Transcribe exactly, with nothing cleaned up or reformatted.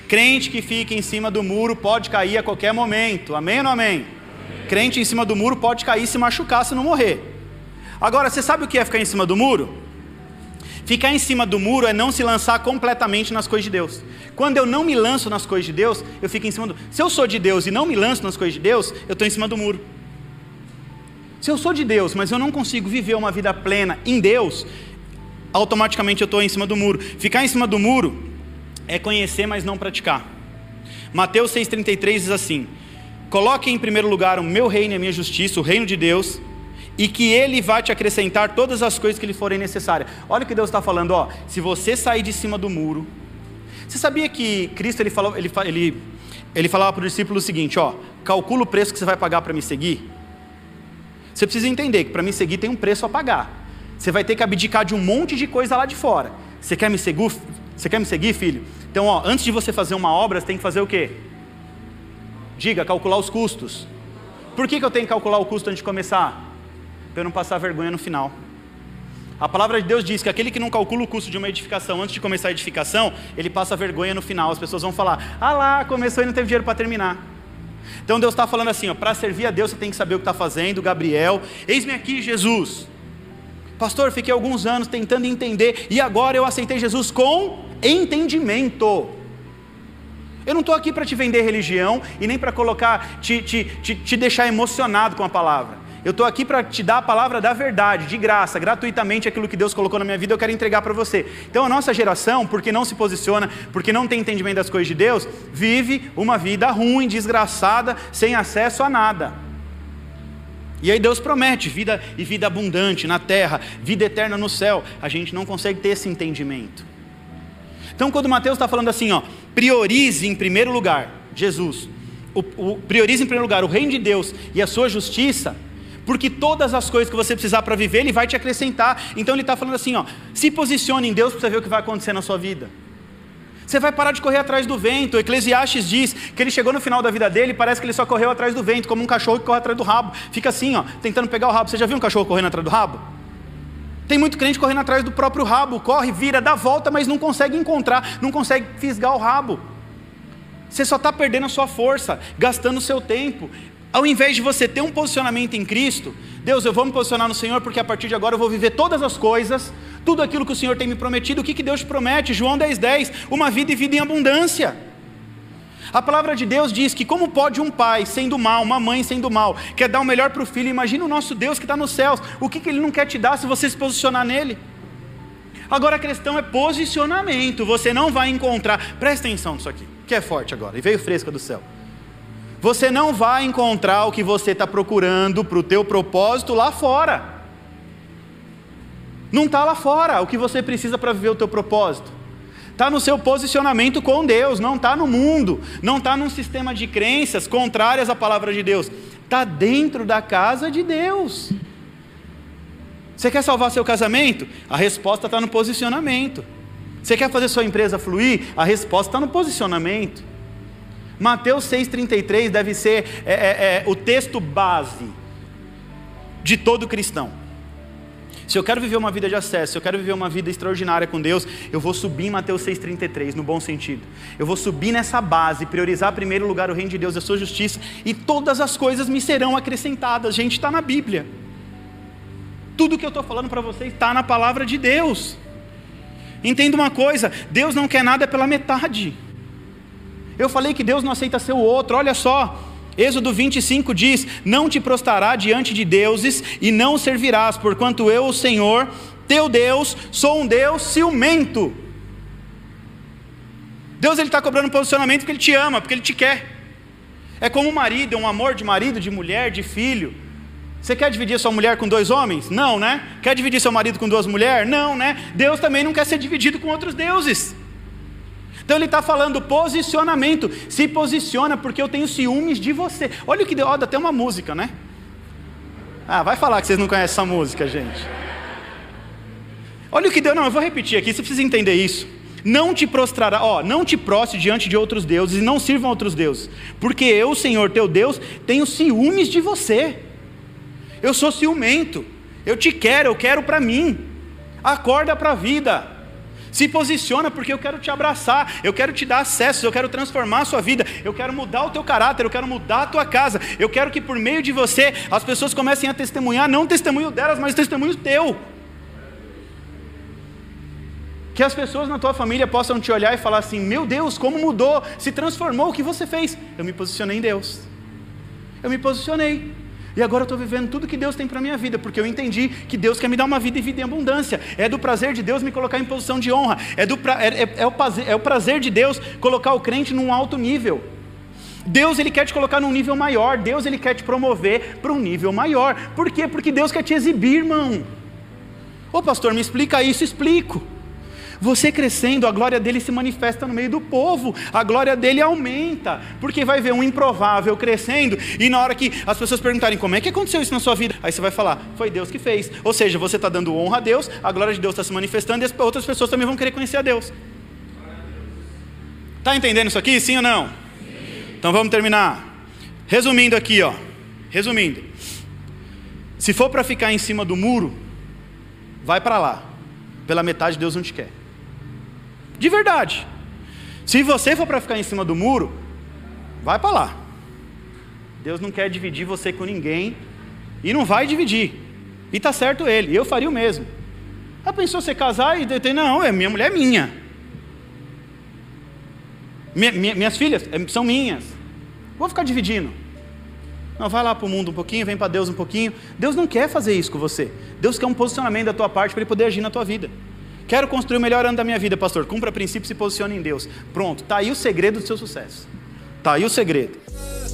Crente que fica em cima do muro pode cair a qualquer momento. Amém ou não amém? Amém. Crente em cima do muro pode cair e se machucar se não morrer. Agora, você sabe o que é ficar em cima do muro? Ficar em cima do muro é não se lançar completamente nas coisas de Deus. Quando eu não me lanço nas coisas de Deus, eu fico em cima do... Se eu sou de Deus e não me lanço nas coisas de Deus, eu estou em cima do muro. Se eu sou de Deus, mas eu não consigo viver uma vida plena em Deus, automaticamente eu estou em cima do muro. Ficar em cima do muro é conhecer, mas não praticar. Mateus seis, trinta e três diz assim: coloque em primeiro lugar o meu reino e a minha justiça, o reino de Deus, e que Ele vai te acrescentar todas as coisas que lhe forem necessárias. Olha o que Deus está falando, ó. Se você sair de cima do muro... Você sabia que Cristo ele falou, ele, ele, ele falava para o discípulo o seguinte, ó: calcula o preço que você vai pagar para me seguir. Você precisa entender que para me seguir tem um preço a pagar. Você vai ter que abdicar de um monte de coisa lá de fora. Você quer me seguir, você quer me seguir, filho? Então, ó, antes de você fazer uma obra, você tem que fazer o quê? Diga, calcular os custos. Por que que eu tenho que calcular o custo antes de começar? Para eu não passar vergonha no final. A palavra de Deus diz que aquele que não calcula o custo de uma edificação antes de começar a edificação, ele passa vergonha no final. As pessoas vão falar: ah lá, começou e não teve dinheiro para terminar. Então Deus está falando assim, ó, para servir a Deus você tem que saber o que está fazendo. Gabriel, eis-me aqui, Jesus. Pastor, fiquei alguns anos tentando entender, e agora eu aceitei Jesus com entendimento. Eu não estou aqui para te vender religião, e nem para colocar, te, te, te, te deixar emocionado com a palavra. Eu estou aqui para te dar a palavra da verdade, de graça, gratuitamente, aquilo que Deus colocou na minha vida, eu quero entregar para você. Então a nossa geração, porque não se posiciona, porque não tem entendimento das coisas de Deus, vive uma vida ruim, desgraçada, sem acesso a nada. E aí Deus promete vida e vida abundante na terra, vida eterna no céu. A gente não consegue ter esse entendimento. Então quando Mateus está falando assim, ó, priorize em primeiro lugar Jesus, o, o, priorize em primeiro lugar o reino de Deus e a sua justiça, porque todas as coisas que você precisar para viver, Ele vai te acrescentar. Então Ele está falando assim, ó, se posicione em Deus para você ver o que vai acontecer na sua vida. Você vai parar de correr atrás do vento. O Eclesiastes diz que ele chegou no final da vida dele, parece que ele só correu atrás do vento, como um cachorro que corre atrás do rabo. Fica assim, ó, tentando pegar o rabo. Você já viu um cachorro correndo atrás do rabo? Tem muito crente correndo atrás do próprio rabo. Corre, vira, dá volta, mas não consegue encontrar, não consegue fisgar o rabo. Você só está perdendo a sua força, gastando o seu tempo. Ao invés de você ter um posicionamento em Cristo, Deus, eu vou me posicionar no Senhor, porque a partir de agora eu vou viver todas as coisas, tudo aquilo que o Senhor tem me prometido. O que que Deus te promete? João dez, dez, uma vida e vida em abundância. A palavra de Deus diz que como pode um pai sendo mal, uma mãe sendo mal, quer dar o melhor para o filho? Imagina o nosso Deus que está nos céus, o que que Ele não quer te dar se você se posicionar nele? Agora a questão é posicionamento. Você não vai encontrar, presta atenção nisso aqui, que é forte agora, e veio fresca do céu. Você não vai encontrar o que você está procurando para o teu propósito lá fora. Não está lá fora o que você precisa para viver o teu propósito. Está no seu posicionamento com Deus, não está no mundo, não está num sistema de crenças contrárias à palavra de Deus. Está dentro da casa de Deus. Você quer salvar seu casamento? A resposta está no posicionamento. Você quer fazer sua empresa fluir? A resposta está no posicionamento. Mateus seis, trinta e três deve ser é, é, é, o texto base de todo cristão. Se eu quero viver uma vida de acesso, se eu quero viver uma vida extraordinária com Deus, eu vou subir em Mateus seis, trinta e três, no bom sentido. Eu vou subir nessa base, priorizar em primeiro lugar o reino de Deus e a sua justiça, e todas as coisas me serão acrescentadas. Gente, está na Bíblia. Tudo que eu estou falando para vocês está na palavra de Deus. Entenda uma coisa, Deus não quer nada pela metade. Eu falei que Deus não aceita ser o outro, olha só, Êxodo vinte e cinco diz, não te prostrarás diante de deuses e não servirás, porquanto eu, o Senhor, teu Deus, sou um Deus ciumento. Deus está cobrando posicionamento porque Ele te ama, porque Ele te quer. É como um marido, é um amor de marido, de mulher, de filho. Você quer dividir sua mulher com dois homens? Não, né? Quer dividir seu marido com duas mulheres? Não, né? Deus também não quer ser dividido com outros deuses. Então Ele está falando posicionamento. Se posiciona porque eu tenho ciúmes de você. Olha o que deu, ó, dá até uma música, né? Ah, vai falar que vocês não conhecem essa música, gente. Olha o que deu, não, eu vou repetir aqui, você precisa entender isso. Não te prostrará, ó, não te prostre diante de outros deuses e não sirvam outros deuses, porque eu, Senhor teu Deus, tenho ciúmes de você. Eu sou ciumento, eu te quero, eu quero para mim. Acorda para a vida. Se posiciona, porque eu quero te abraçar, eu quero te dar acesso, eu quero transformar a sua vida, eu quero mudar o teu caráter, eu quero mudar a tua casa, eu quero que por meio de você as pessoas comecem a testemunhar, não o testemunho delas, mas o testemunho teu. Que as pessoas na tua família possam te olhar e falar assim: meu Deus, como mudou, se transformou, o que você fez? Eu me posicionei em Deus, eu me posicionei. E agora eu estou vivendo tudo que Deus tem para a minha vida, porque eu entendi que Deus quer me dar uma vida e vida em abundância. É do prazer de Deus me colocar em posição de honra. É, do pra, é, é, é, o, prazer, é o prazer de Deus colocar o crente num alto nível. Deus, Ele quer te colocar num nível maior. Deus, Ele quer te promover para um nível maior. Por quê? Porque Deus quer te exibir, irmão. Ô pastor, me explica isso. Explico. Você crescendo, a glória dele se manifesta no meio do povo, a glória dele aumenta, porque vai ver um improvável crescendo, e na hora que as pessoas perguntarem como é que aconteceu isso na sua vida, aí você vai falar: foi Deus que fez. Ou seja, você está dando honra a Deus, a glória de Deus está se manifestando, e as outras pessoas também vão querer conhecer a Deus. Está entendendo isso aqui, sim ou não? Sim. Então vamos terminar. Resumindo aqui, ó. Resumindo. Se for para ficar em cima do muro, vai para lá. Pela metade Deus não te quer. De verdade. Se você for para ficar em cima do muro, vai para lá. Deus não quer dividir você com ninguém, e não vai dividir. E está certo Ele, eu faria o mesmo. Já pensou você casar e dizer: não, é minha mulher é minha. Minha, minha, minhas filhas são minhas. Vou ficar dividindo. Não, vai lá para o mundo um pouquinho, vem para Deus um pouquinho. Deus não quer fazer isso com você. Deus quer um posicionamento da tua parte para Ele poder agir na tua vida. Quero construir o melhor ano da minha vida, pastor. Cumpra princípios e se posicione em Deus. Pronto, está aí o segredo do seu sucesso. Está aí o segredo.